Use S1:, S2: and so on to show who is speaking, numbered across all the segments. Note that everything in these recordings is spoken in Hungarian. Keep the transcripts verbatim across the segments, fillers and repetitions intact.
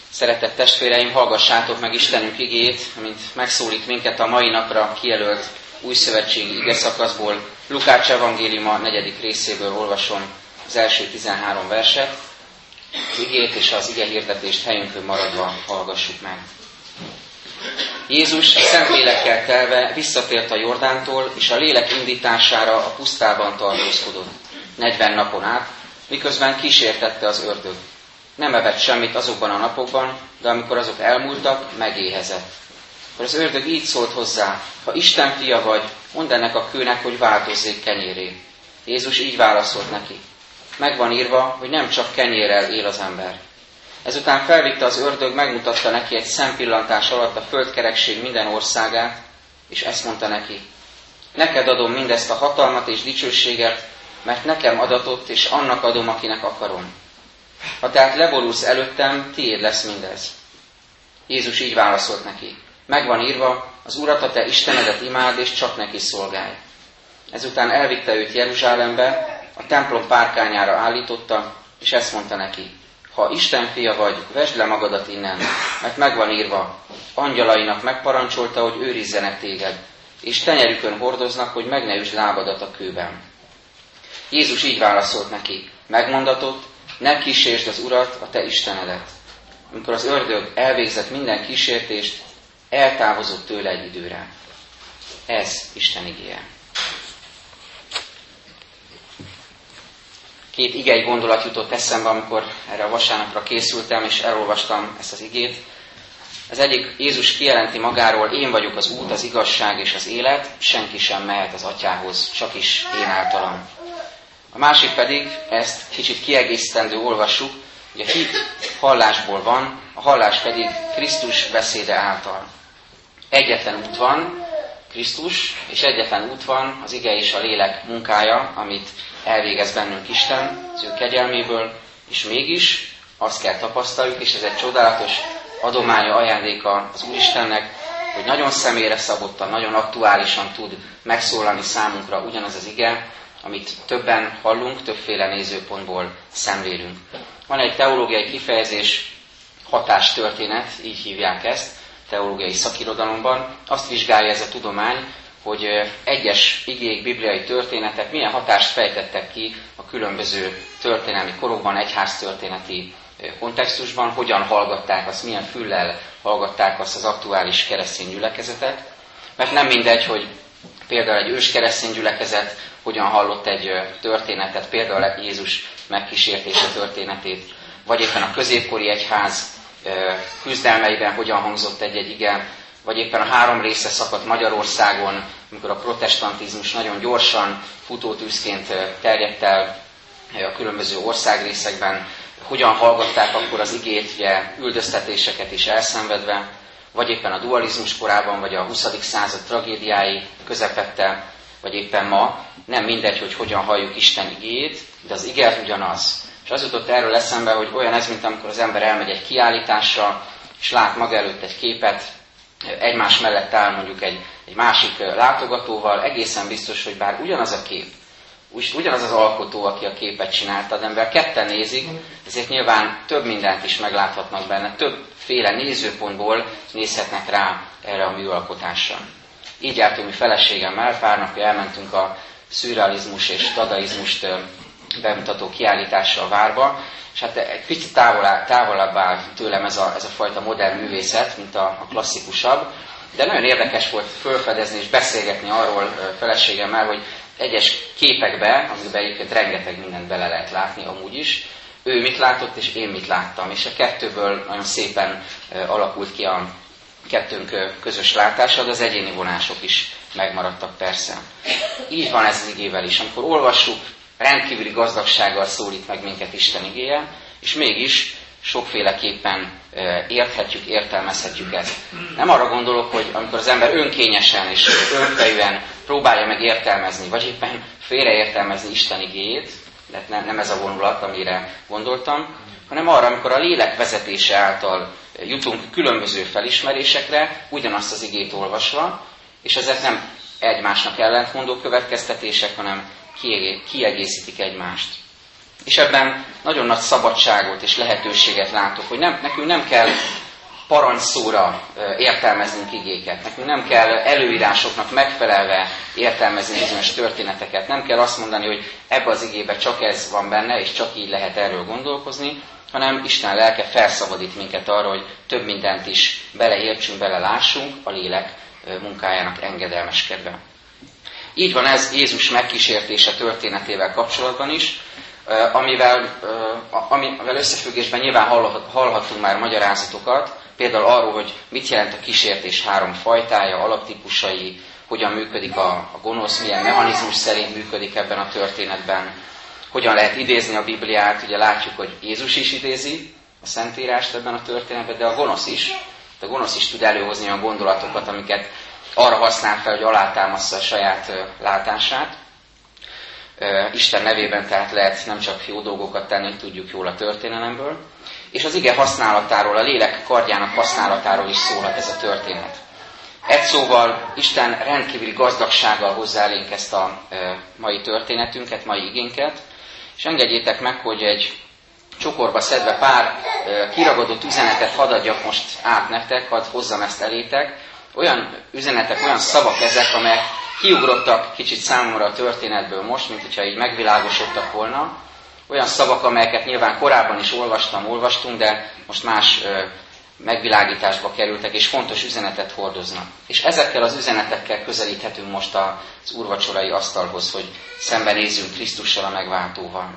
S1: Szeretett testvéreim, hallgassátok meg Istenünk igéjét, amint megszólít minket a mai napra kijelölt újszövetségi igeszakaszból. Lukács evangéliuma negyedik részéből olvasom az első tizenhárom verset. Az igét és az ige hirdetést helyünkön maradva hallgassuk meg. Jézus Szentlélekkel telve visszatért a Jordántól, és a lélek indítására a pusztában tartózkodott negyven napon át, miközben kísértette az ördög. Nem evett semmit azokban a napokban, de amikor azok elmúltak, megéhezett. Akkor az ördög így szólt hozzá: ha Isten fia vagy, mondd ennek a kőnek, hogy változzék kenyérré. Jézus így válaszolt neki: meg van írva, hogy nem csak kenyérrel él az ember. Ezután felvitte az ördög, megmutatta neki egy szempillantás alatt a földkerekség minden országát, és ezt mondta neki: neked adom mindezt a hatalmat és dicsőséget, mert nekem adatott, és annak adom, akinek akarom. Ha tehát leborulsz előttem, tiéd lesz mindez. Jézus így válaszolt neki: meg van írva, az Urat, a te Istenedet imád, és csak neki szolgálj. Ezután elvitte őt Jeruzsálembe, a templom párkányára állította, és ezt mondta neki: ha Isten fia vagy, vesd le magadat innen, mert meg van írva, angyalainak megparancsolta, hogy őrizzenek téged, és tenyerükön hordoznak, hogy meg ne üsd lábadat a kőben. Jézus így válaszolt neki: megmondatott, ne kísérsd az Urat, a te Istenedet. Amikor az ördög elvégzett minden kísértést, eltávozott tőle egy időre. Ez Isten igéje. Két igei gondolat jutott eszembe, amikor erre a vasárnapra készültem, és elolvastam ezt az igét. Az egyik: Jézus kijelenti magáról: én vagyok az út, az igazság és az élet, senki sem mehet az Atyához, csak is én általam. A másik pedig, ezt kicsit kiegészítendő olvassuk, hogy a hit hallásból van, a hallás pedig Krisztus beszéde által. Egyetlen út van, Krisztus, és egyetlen út van, az ige és a lélek munkája, amit elvégez bennünk Isten az ő kegyelméből, és mégis azt kell tapasztaljuk, és ez egy csodálatos adománya, ajándéka az Úristennek, hogy nagyon személyre szabottan, nagyon aktuálisan tud megszólalni számunkra ugyanaz az ige, amit többen hallunk, többféle nézőpontból szemlélünk. Van egy teológiai kifejezés, hatástörténet, így hívják ezt, teológiai szakirodalomban. Azt vizsgálja ez a tudomány, hogy egyes igék, bibliai történetek milyen hatást fejtettek ki a különböző történelmi korokban, egyháztörténeti kontextusban, hogyan hallgatták azt, milyen füllel hallgatták azt az aktuális keresztény gyülekezetet. Mert nem mindegy, hogy például egy ős keresztény gyülekezet hogyan hallott egy történetet, például Jézus megkísértése történetét, vagy éppen a középkori egyház küzdelmeiben hogyan hangzott egy-egy ige, vagy éppen a három része szakadt Magyarországon, amikor a protestantizmus nagyon gyorsan futótűzként terjedt el a különböző országrészekben, hogyan hallgatták akkor az igét, ugye üldöztetéseket is elszenvedve, vagy éppen a dualizmus korában, vagy a huszadik század tragédiái közepette, vagy éppen ma. Nem mindegy, hogy hogyan halljuk Isten igéjét, de az ige ugyanaz. És az jutott erről eszembe, hogy olyan ez, mint amikor az ember elmegy egy kiállításra, és lát maga előtt egy képet, egymás mellett áll mondjuk egy, egy másik látogatóval, egészen biztos, hogy bár ugyanaz a kép, ugyanaz az alkotó, aki a képet csinálta, de mivel ketten nézik, ezért nyilván több mindent is megláthatnak benne, többféle nézőpontból nézhetnek rá erre a műalkotásra. Így jártunk mi feleségemmel, pár napja elmentünk a szürrealizmus és dadaizmust bemutató kiállításra a Várba, és hát egy picit távol, távolabb áll tőlem ez a, ez a fajta modern művészet, mint a, a klasszikusabb, de nagyon érdekes volt felfedezni és beszélgetni arról feleségemmel, hogy egyes képekbe, amiben egyébként rengeteg mindent bele lehet látni amúgy is, ő mit látott és én mit láttam, és a kettőből nagyon szépen alakult ki a kettőnk közös látása, de az egyéni vonások is megmaradtak persze. Így van ez az igével is. Amikor olvassuk, rendkívüli gazdagsággal szólít meg minket Isten igéje, és mégis sokféleképpen érthetjük, értelmezhetjük ezt. Nem arra gondolok, hogy amikor az ember önkényesen és önfejűen próbálja meg értelmezni, vagy éppen félreértelmezni Isten igéjét, de nem, nem ez a vonulat, amire gondoltam, hanem arra, amikor a lélek vezetése által jutunk különböző felismerésekre, ugyanazt az igét olvasva, és ezek nem egymásnak ellentmondó következtetések, hanem kiegészítik egymást. És ebben nagyon nagy szabadságot és lehetőséget látok, hogy nem, nekünk nem kell parancsszóra értelmeznünk igéket, nekünk nem kell előírásoknak megfelelve értelmezni bizonyos történeteket, nem kell azt mondani, hogy ebbe az igébe csak ez van benne, és csak így lehet erről gondolkozni, hanem Isten lelke felszabadít minket arra, hogy több mindent is beleértsünk, belelássunk a lélek munkájának engedelmeskedve. Így van ez Jézus megkísértése történetével kapcsolatban is, amivel, amivel összefüggésben nyilván hallhattunk már magyarázatokat, például arról, hogy mit jelent a kísértés három fajtája, alaptípusai, hogyan működik a, a gonosz, milyen mechanizmus szerint működik ebben a történetben, hogyan lehet idézni a Bibliát. Ugye látjuk, hogy Jézus is idézi a Szentírást ebben a történetben, de a gonosz is. De a gonosz is tud előhozni olyan gondolatokat, amiket arra használ fel, hogy alátámassza a saját látását. Isten nevében tehát lehet nem csak jó dolgokat tenni, tudjuk jól a történelemből. És az ige használatáról, a lélek kardjának használatáról is szólhat ez a történet. Egy szóval Isten rendkívüli gazdagsággal hozzá elénk ezt a mai történetünket, mai igénket, és engedjétek meg, hogy egy csokorba szedve pár kiragadott üzenetet hadd adjak most át nektek, hadd hozzam ezt elétek. Olyan üzenetek, olyan szavak ezek, amelyek kiugrottak kicsit számomra a történetből most, mint hogyha így megvilágosodtak volna. Olyan szavak, amelyeket nyilván korábban is olvastam, olvastunk, de most más ö, megvilágításba kerültek, és fontos üzenetet hordoznak. És ezekkel az üzenetekkel közelíthetünk most az úrvacsorai asztalhoz, hogy szembenézzünk Krisztussal, a megváltóval.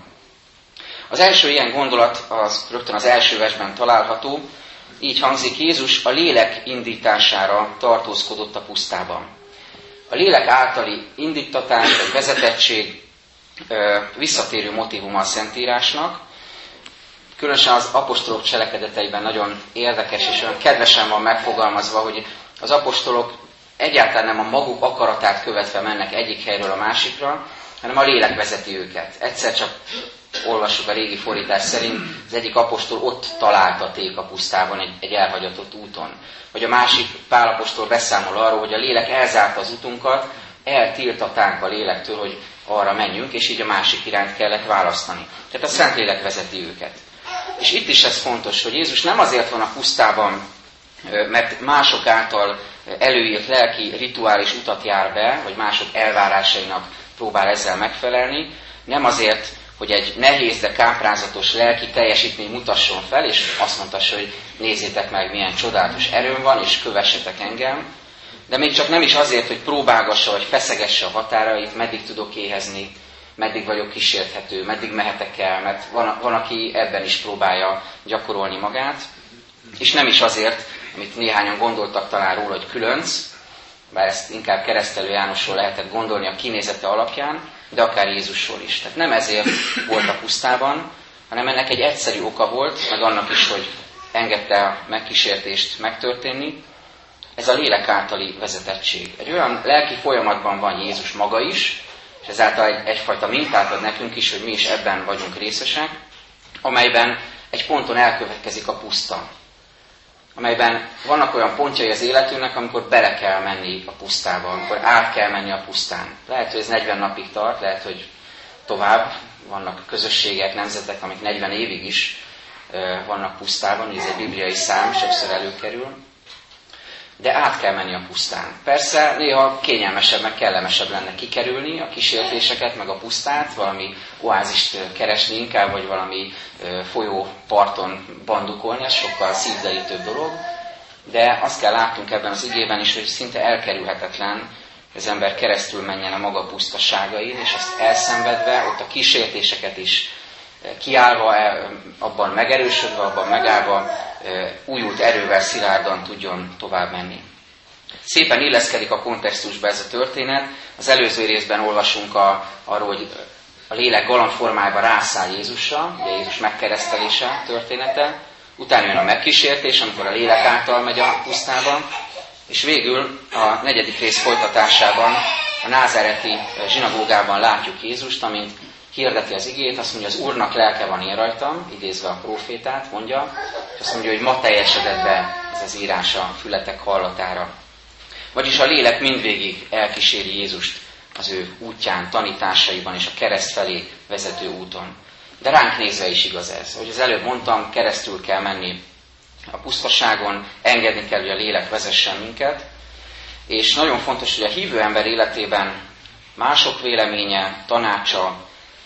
S1: Az első ilyen gondolat az rögtön az első versben található. Így hangzik: Jézus a lélek indítására tartózkodott a pusztában. A lélek általi indítatás, vagy vezetettség visszatérő motívuma a Szentírásnak. Különösen az apostolok cselekedeteiben nagyon érdekes és olyan kedvesen van megfogalmazva, hogy az apostolok egyáltalán nem a maguk akaratát követve mennek egyik helyről a másikra, hanem a lélek vezeti őket. Egyszer csak olvassuk a régi fordítás szerint, az egyik apostol ott találta Ték a pusztában egy, egy elhagyatott úton. Vagy a másik Pál apostol beszámol arról, hogy a lélek elzárta az utunkat, eltiltatánk a lélektől, hogy arra menjünk, és így a másik irányt kellett választani. Tehát a Szentlélek vezeti őket. És itt is ez fontos, hogy Jézus nem azért van a pusztában, mert mások által előírt lelki rituális utat jár be, vagy mások elvárásainak próbál ezzel megfelelni, nem azért, hogy egy nehéz, de káprázatos lelki teljesítmény mutasson fel, és azt mondtassa, hogy nézzétek meg, milyen csodálatos erőm van, és kövessetek engem, de még csak nem is azért, hogy próbálgassa, vagy feszegesse a határait, meddig tudok éhezni, meddig vagyok kísérthető, meddig mehetek el, mert van, van, aki ebben is próbálja gyakorolni magát, és nem is azért, amit néhányan gondoltak talán róla, hogy különc, bár ezt inkább Keresztelő Jánosról lehetett gondolni a kinézete alapján, de akár Jézusról is. Tehát nem ezért volt a pusztában, hanem ennek egy egyszerű oka volt, meg annak is, hogy engedte a megkísértést megtörténni. Ez a lélek általi vezetettség. Egy olyan lelki folyamatban van Jézus maga is, és ezáltal egy, egyfajta mintát ad nekünk is, hogy mi is ebben vagyunk részesek, amelyben egy ponton elkövetkezik a puszta. Amelyben vannak olyan pontjai az életünknek, amikor bele kell menni a pusztába, amikor át kell menni a pusztán. Lehet, hogy ez negyven napig tart, lehet, hogy tovább. Vannak közösségek, nemzetek, amik negyven évig is vannak pusztában, ez egy bibliai szám, sokszor előkerül. De át kell menni a pusztán. Persze néha kényelmesebb, meg kellemesebb lenne kikerülni a kísértéseket, meg a pusztát, valami oázist keresni inkább, vagy valami folyóparton bandukolni, ez sokkal szívderítőbb dolog. De azt kell látnunk ebben az igében is, hogy szinte elkerülhetetlen, hogy az ember keresztül menjen a maga pusztaságain, és azt elszenvedve, ott a kísértéseket is kiállva, abban megerősödve, abban megállva, újult erővel szilárdan tudjon tovább menni. Szépen illeszkedik a kontextusba ez a történet. Az előző részben olvasunk a, arról, hogy a lélek galambformájában rászáll Jézusra, ugye Jézus megkeresztelése története, utána jön a megkísértés, amikor a lélek által megy a pusztában, és végül a negyedik rész folytatásában a názáreti zsinagógában látjuk Jézust, amint hirdeti az igét, azt mondja, az Úrnak lelke van én rajtam, idézve a prófétát, mondja, és azt mondja, hogy ma teljesedett be ez az írás a fületek hallatára. Vagyis a lélek mindvégig elkíséri Jézust az ő útján, tanításaiban és a kereszt felé vezető úton. De ránk nézve is igaz ez. Ahogy az előbb mondtam, keresztül kell menni a pusztaságon, engedni kell, hogy a lélek vezessen minket, és nagyon fontos, hogy a hívő ember életében mások véleménye, tanácsa,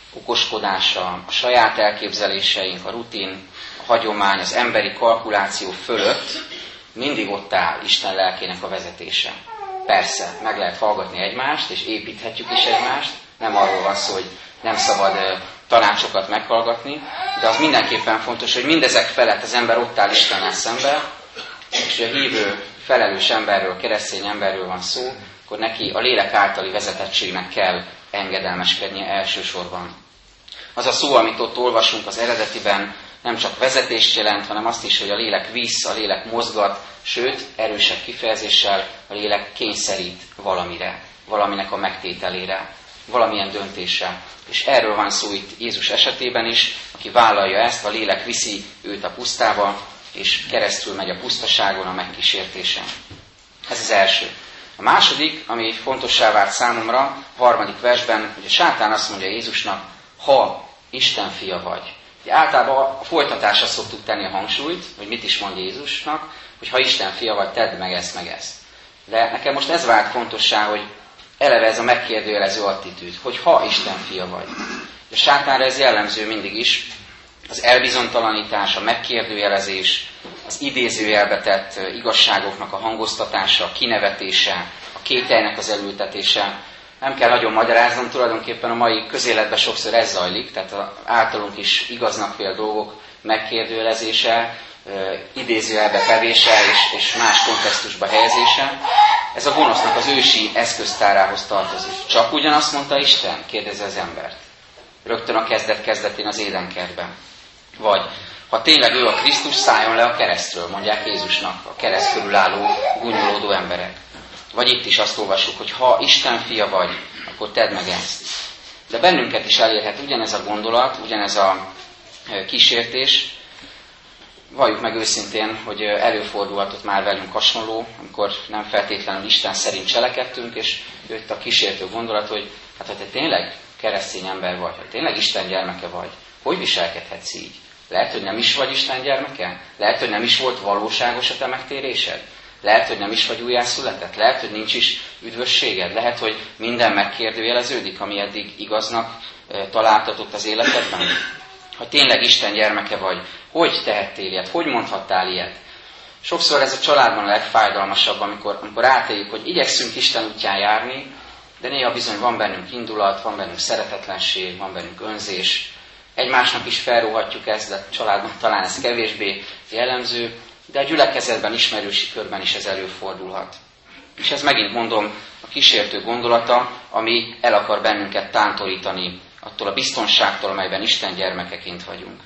S1: okoskodása, a saját elképzeléseink, a rutin, a hagyomány, az emberi kalkuláció fölött mindig ott áll Isten lelkének a vezetése. Persze, meg lehet hallgatni egymást, és építhetjük is egymást, nem arról van szó, hogy nem szabad tanácsokat meghallgatni, de az mindenképpen fontos, hogy mindezek felett az ember ott áll Istennel szembe, és hogy a hívő, felelős emberről, keresztény emberről van szó, akkor neki a lélek általi vezetettségnek kell engedelmeskednie elsősorban. Az a szó, amit ott olvasunk az eredetiben, nem csak vezetést jelent, hanem azt is, hogy a lélek visz, a lélek mozgat, sőt, erősebb kifejezéssel a lélek kényszerít valamire, valaminek a megtételére, valamilyen döntésre. És erről van szó itt Jézus esetében is, aki vállalja ezt, a lélek viszi őt a pusztába, és keresztül megy a pusztaságon, a megkísértésen. Ez az első. A második, ami fontossá vált számomra, a harmadik versben, hogy a sátán azt mondja Jézusnak, ha Isten fia vagy. Ugye általában a folytatásra szoktuk tenni a hangsúlyt, hogy mit is mond Jézusnak, hogy ha Isten fia vagy, tedd meg ezt, meg ezt. De nekem most ez vált fontossá, hogy eleve ez a megkérdőjelező attitűd, hogy ha Isten fia vagy. A sátánra ez jellemző mindig is, az elbizonytalanítás, a megkérdőjelezés, az idézőjelbe tett igazságoknak a hangoztatása, a kinevetése, a kételynek az elültetése. Nem kell nagyon magyaráznom, tulajdonképpen a mai közéletben sokszor ez zajlik, tehát az általunk is igaznak vélt dolgok megkérdőjelezése, idézőjelbe tevése és, és más kontextusba helyezése. Ez a gonosznak az ősi eszköztárához tartozik. Csak ugyanazt mondta Isten? Kérdezi az embert. Rögtön a kezdet-kezdetén az édenkertben. Vagy, ha tényleg ő a Krisztus, szálljon le a keresztről, mondják Jézusnak a kereszt körül álló, gúnyolódó emberek. Vagy itt is azt olvassuk, hogy ha Isten fia vagy, akkor tedd meg ezt. De bennünket is elérhet ugyanez a gondolat, ugyanez a kísértés. Valljuk meg őszintén, hogy előfordulhatott már velünk hasonló, amikor nem feltétlenül Isten szerint cselekedtünk, és jött a kísértő gondolat, hogy hát ha te tényleg keresztény ember vagy, ha tényleg Isten gyermeke vagy, hogy viselkedhetsz így? Lehet, hogy nem is vagy Isten gyermeke? Lehet, hogy nem is volt valóságos a te megtérésed? Lehet, hogy nem is vagy újjászületett? Lehet, hogy nincs is üdvösséged? Lehet, hogy minden megkérdőjeleződik, ami eddig igaznak találtatott az életedben? Ha tényleg Isten gyermeke vagy, hogy tehettél ilyet? Hogy mondhattál ilyet? Sokszor ez a családban a legfájdalmasabb, amikor, amikor átéljük, hogy igyekszünk Isten útján járni, de néha bizony van bennünk indulat, van bennünk szeretetlenség, van bennünk önzés. Egymásnak is felróhatjuk ezt, de a családban talán ez kevésbé jellemző, de a gyülekezetben, ismerősi körben is ez előfordulhat. És ez megint mondom a kísértő gondolata, ami el akar bennünket tántorítani attól a biztonságtól, amelyben Isten gyermekeként vagyunk.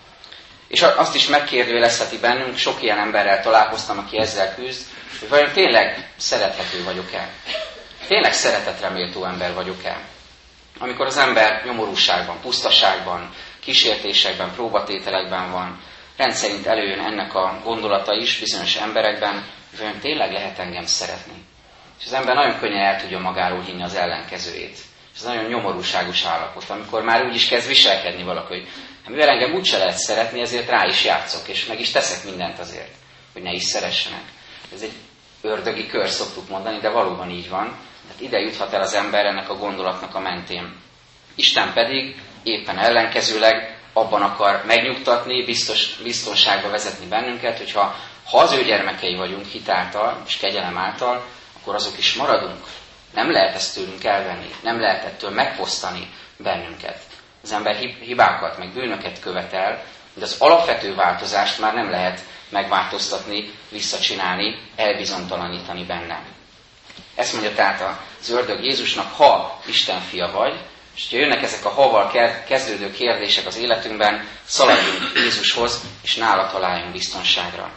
S1: És azt is megkérdőjelezheti bennünk, sok ilyen emberrel találkoztam, aki ezzel küzd, hogy vajon tényleg szerethető vagyok-e? Tényleg szeretetre méltó ember vagyok-e? Amikor az ember nyomorúságban, pusztaságban, kísértésekben, próbatételekben van, rendszerint előjön ennek a gondolata is bizonyos emberekben, hogy vajon tényleg lehet engem szeretni. És az ember nagyon könnyen el tudja magáról hinni az ellenkezőjét. És ez nagyon nyomorúságos állapot, amikor már úgy is kezd viselkedni valaki, hogy hát mivel engem úgyse lehet szeretni, ezért rá is játszok, és meg is teszek mindent azért, hogy ne is szeressenek. Ez egy ördögi kör, szoktuk mondani, de valóban így van. Tehát ide juthat el az ember ennek a gondolatnak a mentén. Isten pedig éppen ellenkezőleg abban akar megnyugtatni, biztos, biztonságba vezetni bennünket, hogyha ha az ő gyermekei vagyunk hitáltal és kegyelem által, akkor azok is maradunk. Nem lehet ezt tőlünk elvenni, nem lehet ettől megfosztani bennünket. Az ember hibákat, meg bűnöket követel, de az alapvető változást már nem lehet megváltoztatni, visszacsinálni, elbizonytalanítani bennem. Ezt mondja tehát az ördög Jézusnak, ha Isten fia vagy, és ha jönnek ezek a haval kezdődő kérdések az életünkben, szaladjunk Jézushoz, és nála találjunk biztonságra.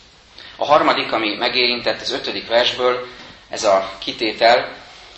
S1: A harmadik, ami megérintett az ötödik versből, ez a kitétel,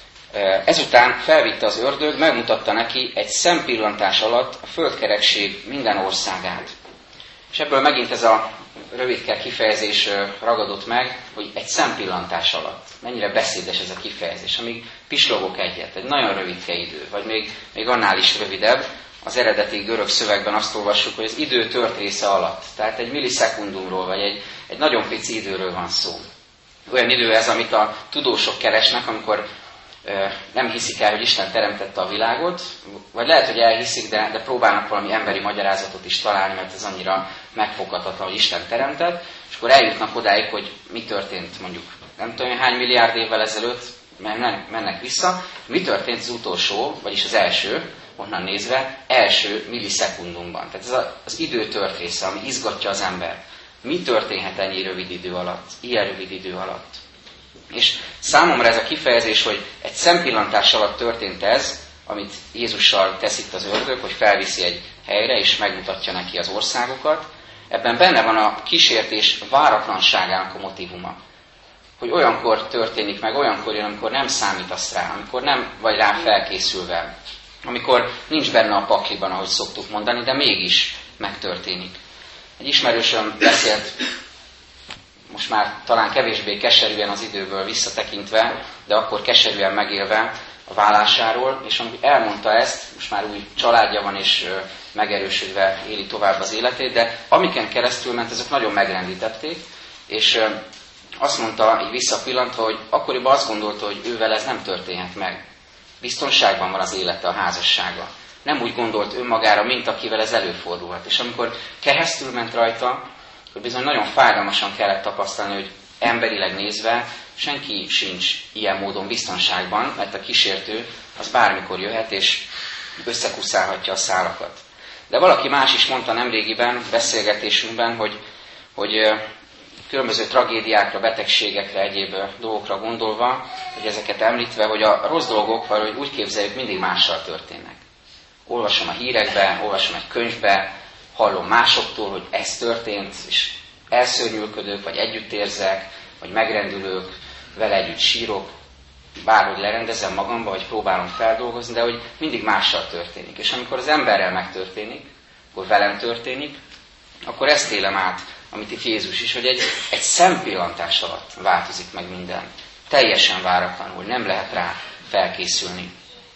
S1: ezután felvitte az ördög, megmutatta neki egy szempillantás alatt a földkerekség minden országát. És ebből megint ez a rövidke kifejezés ragadott meg, hogy egy szempillantás alatt. Mennyire beszédes ez a kifejezés, amíg pislogok egyet, egy nagyon rövidke idő, vagy még, még annál is rövidebb, az eredeti görög szövegben azt olvassuk, hogy az idő tört része alatt. Tehát egy millisekundumról, vagy egy, egy nagyon pici időről van szó. Olyan idő ez, amit a tudósok keresnek, amikor ö, nem hiszik el, hogy Isten teremtette a világot, vagy lehet, hogy elhiszik, de, de próbálnak valami emberi magyarázatot is találni, mert ez annyira megfoghatatlan, hogy Isten teremtett, és akkor eljutnak odáig, hogy mi történt mondjuk nem tudom, hány milliárd évvel ezelőtt, mennek vissza, mi történt az utolsó, vagyis az első, onnan nézve, első millisekundumban. Tehát ez az idő tört része, ami izgatja az ember. Mi történhet ennyi rövid idő alatt, ilyen rövid idő alatt? És számomra ez a kifejezés, hogy egy szempillantás alatt történt ez, amit Jézussal tesz itt az ördög, hogy felviszi egy helyre, és megmutatja neki az országokat. Ebben benne van a kísértés váratlanságának a motívuma. Hogy olyankor történik meg, olyankor jön, amikor nem számítasz rá, amikor nem vagy rá felkészülve, amikor nincs benne a pakliban, ahogy szoktuk mondani, de mégis megtörténik. Egy ismerősöm beszélt, most már talán kevésbé keserűen az időből visszatekintve, de akkor keserűen megélve a válásáról, és amikor elmondta ezt, most már új családja van, és megerősödve éli tovább az életét, de amiken keresztül ment, ezek nagyon megrendítették, és azt mondta, így visszapillantva, hogy akkoriban azt gondolta, hogy ővel ez nem történhet meg. Biztonságban van az élete, a házassága. Nem úgy gondolt önmagára, mint akivel ez előfordulhat. És amikor keresztül ment rajta, hogy bizony nagyon fájdalmasan kellett tapasztalni, hogy emberileg nézve senki sincs ilyen módon biztonságban, mert a kísértő az bármikor jöhet, és összekuszálhatja a szálakat. De valaki más is mondta nemrégiben, beszélgetésünkben, hogy, hogy különböző tragédiákra, betegségekre, egyéb dolgokra gondolva, hogy ezeket említve, hogy a rossz dolgok valahogy úgy képzeljük, mindig mással történnek. Olvasom a hírekbe, olvasom egy könyvbe, hallom másoktól, hogy ez történt, és elszörnyűködök, vagy együtt érzek, vagy megrendülök, vele együtt sírok, bárhogy lerendezem magamba, vagy próbálom feldolgozni, de hogy mindig mással történik. És amikor az emberrel megtörténik, akkor velem történik, akkor ezt élem át, amit itt Jézus is, hogy egy, egy szempillantás alatt változik meg minden. Teljesen váratlanul, nem lehet rá felkészülni.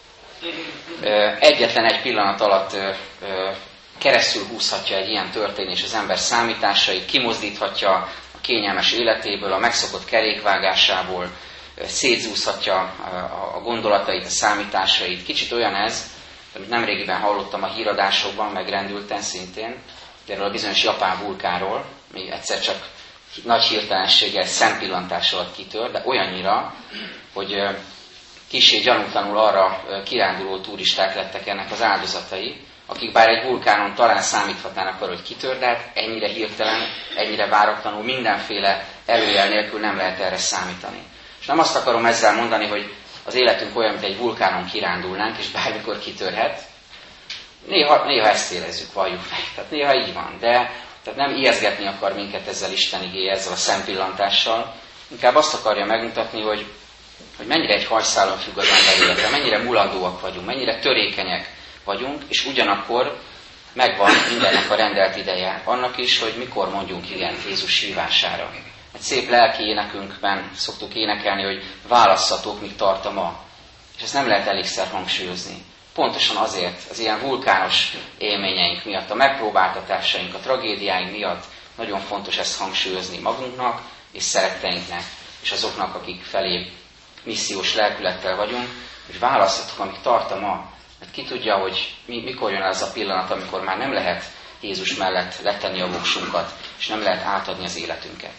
S1: Egyetlen egy pillanat alatt keresztül húzhatja egy ilyen történés az ember számításait, kimozdíthatja a kényelmes életéből, a megszokott kerékvágásából, szétzúzhatja a gondolatait, a számításait. Kicsit olyan ez, amit nemrégiben hallottam a híradásokban, megrendülten szintén, erről a bizonyos japán vulkánról, még egyszer csak nagy hirtelenséggel, szempillantás alatt kitör, de olyannyira, hogy kissé gyanútlanul arra kiránduló turisták lettek ennek az áldozatai, akik bár egy vulkánon talán számíthatnának arra, hogy kitör, de hát ennyire hirtelen, ennyire váratlanul, mindenféle előjel nélkül nem lehet erre számítani. És nem azt akarom ezzel mondani, hogy az életünk olyan, mint egy vulkánon kirándulnánk, és bármikor kitörhet. Néha, néha ezt érezzük, valljuk meg. Tehát néha így van, de tehát nem ijeszgetni akar minket ezzel Isten igéje, ezzel a szempillantással. Inkább azt akarja megmutatni, hogy, hogy mennyire egy hajszálon függ az ember élete, mennyire mulandóak vagyunk, mennyire törékenyek vagyunk, és ugyanakkor megvan mindennek a rendelt ideje. Annak is, hogy mikor mondjunk igen Jézus hívására. Egy szép lelki énekünkben szoktuk énekelni, hogy válasszatok, míg tart a ma. És ezt nem lehet elégszer hangsúlyozni. Pontosan azért, az ilyen vulkános élményeink miatt, a megpróbáltatásaink, a tragédiáink miatt nagyon fontos ezt hangsúlyozni magunknak és szeretteinknek, és azoknak, akik felé missziós lelkülettel vagyunk, hogy választhatok, amíg tart a ma. Mert ki tudja, hogy mi, mikor jön az a pillanat, amikor már nem lehet Jézus mellett letenni a voksunkat, és nem lehet átadni az életünket.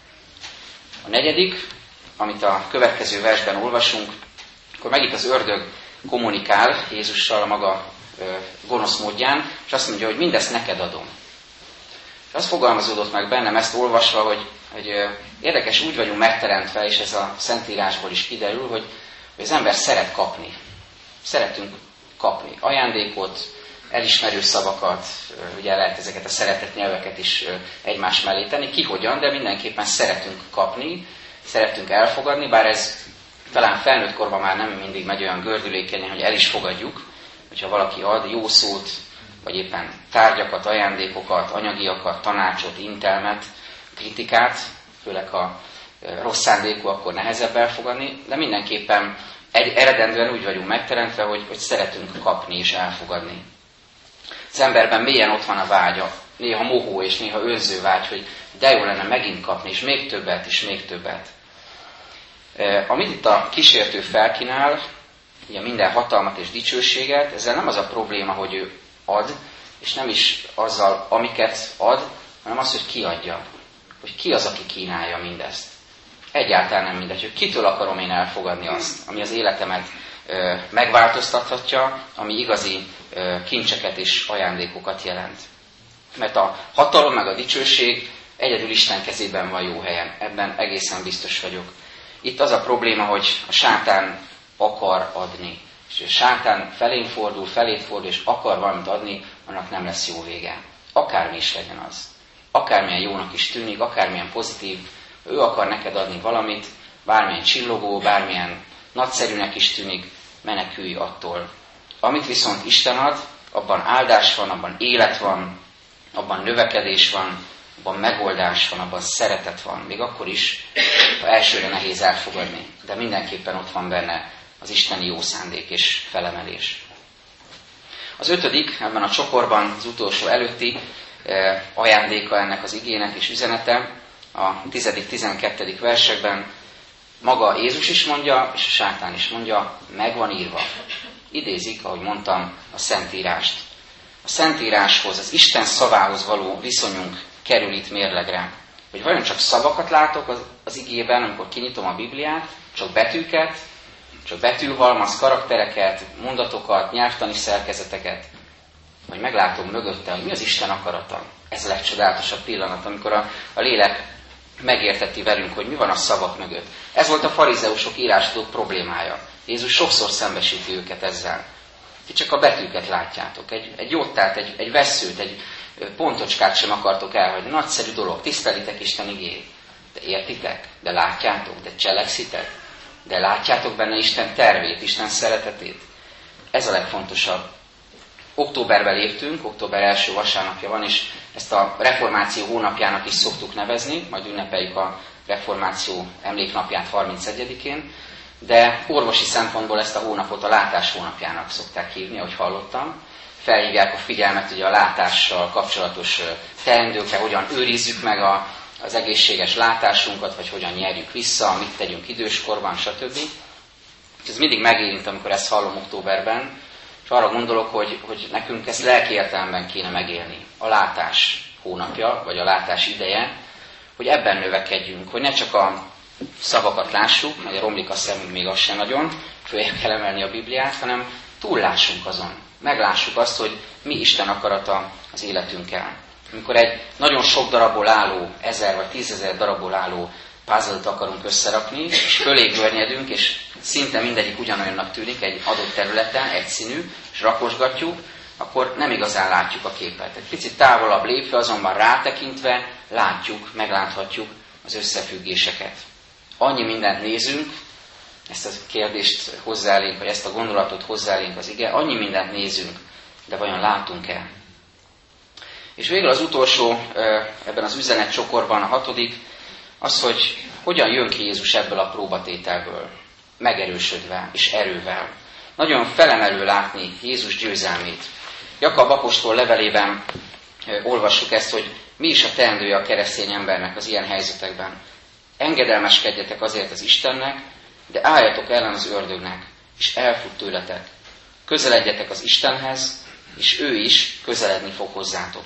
S1: A negyedik, amit a következő versben olvasunk, akkor megint az ördög kommunikál Jézussal a maga ö, gonosz módján, és azt mondja, hogy mindezt neked adom. És az fogalmazódott meg bennem ezt olvasva, hogy, hogy ö, érdekes, úgy vagyunk megteremtve, és ez a Szentírásból is kiderül, hogy, hogy az ember szeret kapni. Szeretünk kapni ajándékot, elismerő szavakat, ugye lehet ezeket a szeretett nyelveket is egymás mellé tenni, ki hogyan, de mindenképpen szeretünk kapni, szeretünk elfogadni, bár ez talán felnőtt korban már nem mindig megy olyan gördülékenyen, hogy el is fogadjuk, hogyha valaki ad jó szót, vagy éppen tárgyakat, ajándékokat, anyagiakat, tanácsot, intelmet, kritikát, főleg ha rossz szándékú, akkor nehezebb elfogadni, de mindenképpen egy, eredendően úgy vagyunk megteremtve, hogy, hogy szeretünk kapni és elfogadni. Az emberben mélyen ott van a vágya, néha mohó és néha önző vágy, hogy de jó lenne megint kapni, és még többet, és még többet. Amit itt a kísértő felkínál, ugye minden hatalmat és dicsőséget, ezzel nem az a probléma, hogy ő ad, és nem is azzal, amiket ad, hanem az, hogy ki adja. Hogy ki az, aki kínálja mindezt. Egyáltalán nem mindegy, hogy kitől akarom én elfogadni azt, ami az életemet ö, megváltoztathatja, ami igazi ö, kincseket és ajándékokat jelent. Mert a hatalom meg a dicsőség egyedül Isten kezében van jó helyen. Ebben egészen biztos vagyok. Itt az a probléma, hogy a sátán akar adni. És a sátán felén fordul, felét fordul, és akar valamit adni, annak nem lesz jó vége. Akármi is legyen az. Akármilyen jónak is tűnik, akármilyen pozitív, ő akar neked adni valamit, bármilyen csillogó, bármilyen nagyszerűnek is tűnik, menekülj attól. Amit viszont Isten ad, abban áldás van, abban élet van, abban növekedés van, abban megoldás van, abban szeretet van. Még akkor is, ha elsőre nehéz elfogadni. De mindenképpen ott van benne az isteni jó szándék és felemelés. Az ötödik, ebben a csokorban az utolsó előtti eh, ajándéka ennek az igének és üzenete, a tizedik-tizenkettedik versekben maga Jézus is mondja, és a sátán is mondja, meg van írva. Idézik, ahogy mondtam, a Szentírást. A Szentíráshoz, az Isten szavához való viszonyunk kerül itt mérlegre. Hogy vajon csak szavakat látok az, az igében, amikor kinyitom a Bibliát, csak betűket, csak betűhalmaz, karaktereket, mondatokat, nyelvtani szerkezeteket, vagy meglátom mögötte, hogy mi az Isten akarata. Ez a legcsodálatosabb pillanat, amikor a, a lélek megérteti velünk, hogy mi van a szavak mögött. Ez volt a farizeusok írástudók problémája. Jézus sokszor szembesíti őket ezzel. Ti csak a betűket látjátok. Egy, egy jottát, egy, egy vesszőt, egy pontocskát sem akartok elhagyni. Nagyszerű dolog, tisztelitek Isten igéjét. De értitek? De látjátok? De cselekszitek? De látjátok benne Isten tervét, Isten szeretetét? Ez a legfontosabb. Októberben léptünk, október első vasárnapja van, és ezt a reformáció hónapjának is szoktuk nevezni, majd ünnepeljük a reformáció emléknapját harmincegyedikén, de orvosi szempontból ezt a hónapot a látás hónapjának szokták hívni, ahogy hallottam. Felhívják a figyelmet ugye a látással kapcsolatos teendőkre, hogyan őrizzük meg a, az egészséges látásunkat, vagy hogyan nyerjük vissza, mit tegyünk időskorban, stb. És ez mindig megérint, amikor ezt hallom októberben, és arra gondolok, hogy, hogy nekünk ezt lelki értelemben kéne megélni. A látás hónapja, vagy a látás ideje, hogy ebben növekedjünk, hogy ne csak a szavakat lássuk, mert romlik a szemünk, még az sem nagyon, följebb kell emelni a Bibliát, hanem túllássunk azon. Meglássuk azt, hogy mi Isten akarata az életünkkel. Amikor egy nagyon sok darabból álló, ezer vagy tízezer darabból álló puzzle-t akarunk összerakni, és fölé görnyedünk, és szinte mindegyik ugyanolyannak tűnik egy adott területen, egyszínű, és rakosgatjuk, akkor nem igazán látjuk a képet. Egy picit távolabb lépve, azonban rátekintve látjuk, megláthatjuk az összefüggéseket. Annyi mindent nézünk, ezt a kérdést hozzálénk, vagy ezt a gondolatot hozzálénk az ige, annyi mindent nézünk, de vajon látunk-e? És végül az utolsó ebben az üzenetcsokorban, a hatodik, az, hogy hogyan jön ki Jézus ebből a próbatételből, megerősödve és erővel. Nagyon felemelő látni Jézus győzelmét. Jakab apostol levelében olvassuk ezt, hogy mi is a teendője a keresztény embernek az ilyen helyzetekben. Engedelmeskedjetek azért az Istennek, de álljatok ellen az ördögnek, és elfut tőletek. Közeledjetek az Istenhez, és ő is közeledni fog hozzátok.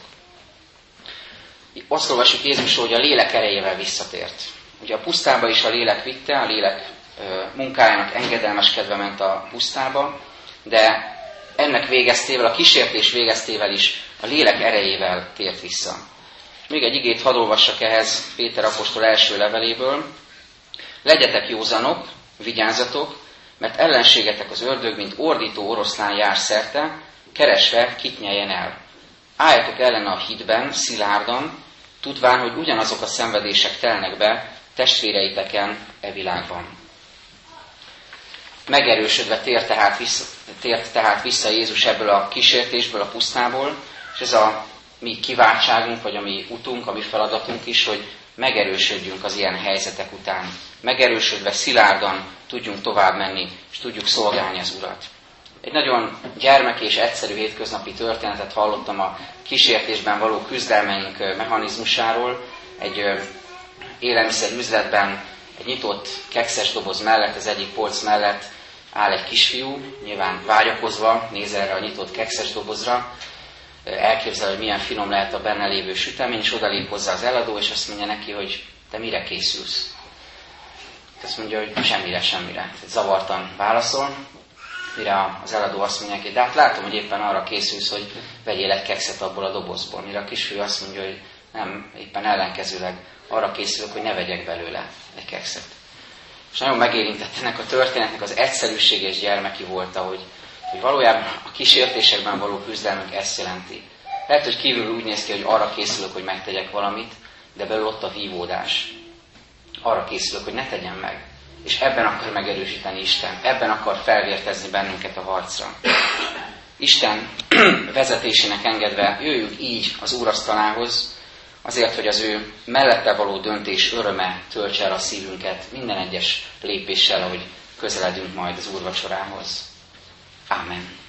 S1: Azt olvassuk Jézusról, hogy a lélek erejével visszatért. Ugye a pusztába is a lélek vitte, a lélek munkájának engedelmeskedve ment a pusztába, de ennek végeztével, a kísértés végeztével is a lélek erejével tért vissza. Még egy igét hadd olvassak ehhez Péter apostol első leveléből. Legyetek józanok, vigyázzatok, mert ellenségetek az ördög, mint ordító oroszlán jár szerte, keresve kit nyeljen el. Álljatok ellen a hitben, szilárdan, tudván, hogy ugyanazok a szenvedések telnek be testvéreiteken e világban. Megerősödve tért tehát, vissza, tért tehát vissza Jézus ebből a kísértésből, a pusztából, és ez a mi kiváltságunk, vagy a mi utunk, a mi feladatunk is, hogy megerősödjünk az ilyen helyzetek után. Megerősödve szilárdan tudjunk tovább menni, és tudjuk szolgálni az Urat. Egy nagyon gyermek és egyszerű hétköznapi történetet hallottam a kísértésben való küzdelmeink mechanizmusáról. Egy élelmiszerüzletben egy nyitott kekszes doboz mellett, az egyik polc mellett áll egy kisfiú, nyilván vágyakozva néz erre a nyitott kekszes dobozra, elképzel, hogy milyen finom lehet a benne lévő sütemény, és odalép hozzá az eladó, és azt mondja neki, hogy te mire készülsz? Azt mondja, hogy semmire, semmire. Zavartan válaszol, mire az eladó azt mondja neki, de hát látom, hogy éppen arra készülsz, hogy vegyél egy kekszet abból a dobozból. Mire a kisfiú azt mondja, hogy nem, éppen ellenkezőleg arra készülök, hogy ne vegyek belőle egy kekszet. És nagyon megérintett ennek a történetnek az egyszerűséges gyermeki volt, hogy, hogy valójában a kísértésekben való küzdelmünk ezt jelenti. Lehet, hogy kívül úgy néz ki, hogy arra készülök, hogy megtegyek valamit, de belül ott a vívódás. Arra készülök, hogy ne tegyem meg. És ebben akar megerősíteni Isten. Ebben akar felvértezni bennünket a harcra. Isten vezetésének engedve jöjjünk így az úrasztalához, azért, hogy az ő mellette való döntés öröme töltse el a szívünket minden egyes lépéssel, ahogy közeledünk majd az úrvacsorához. Ámen.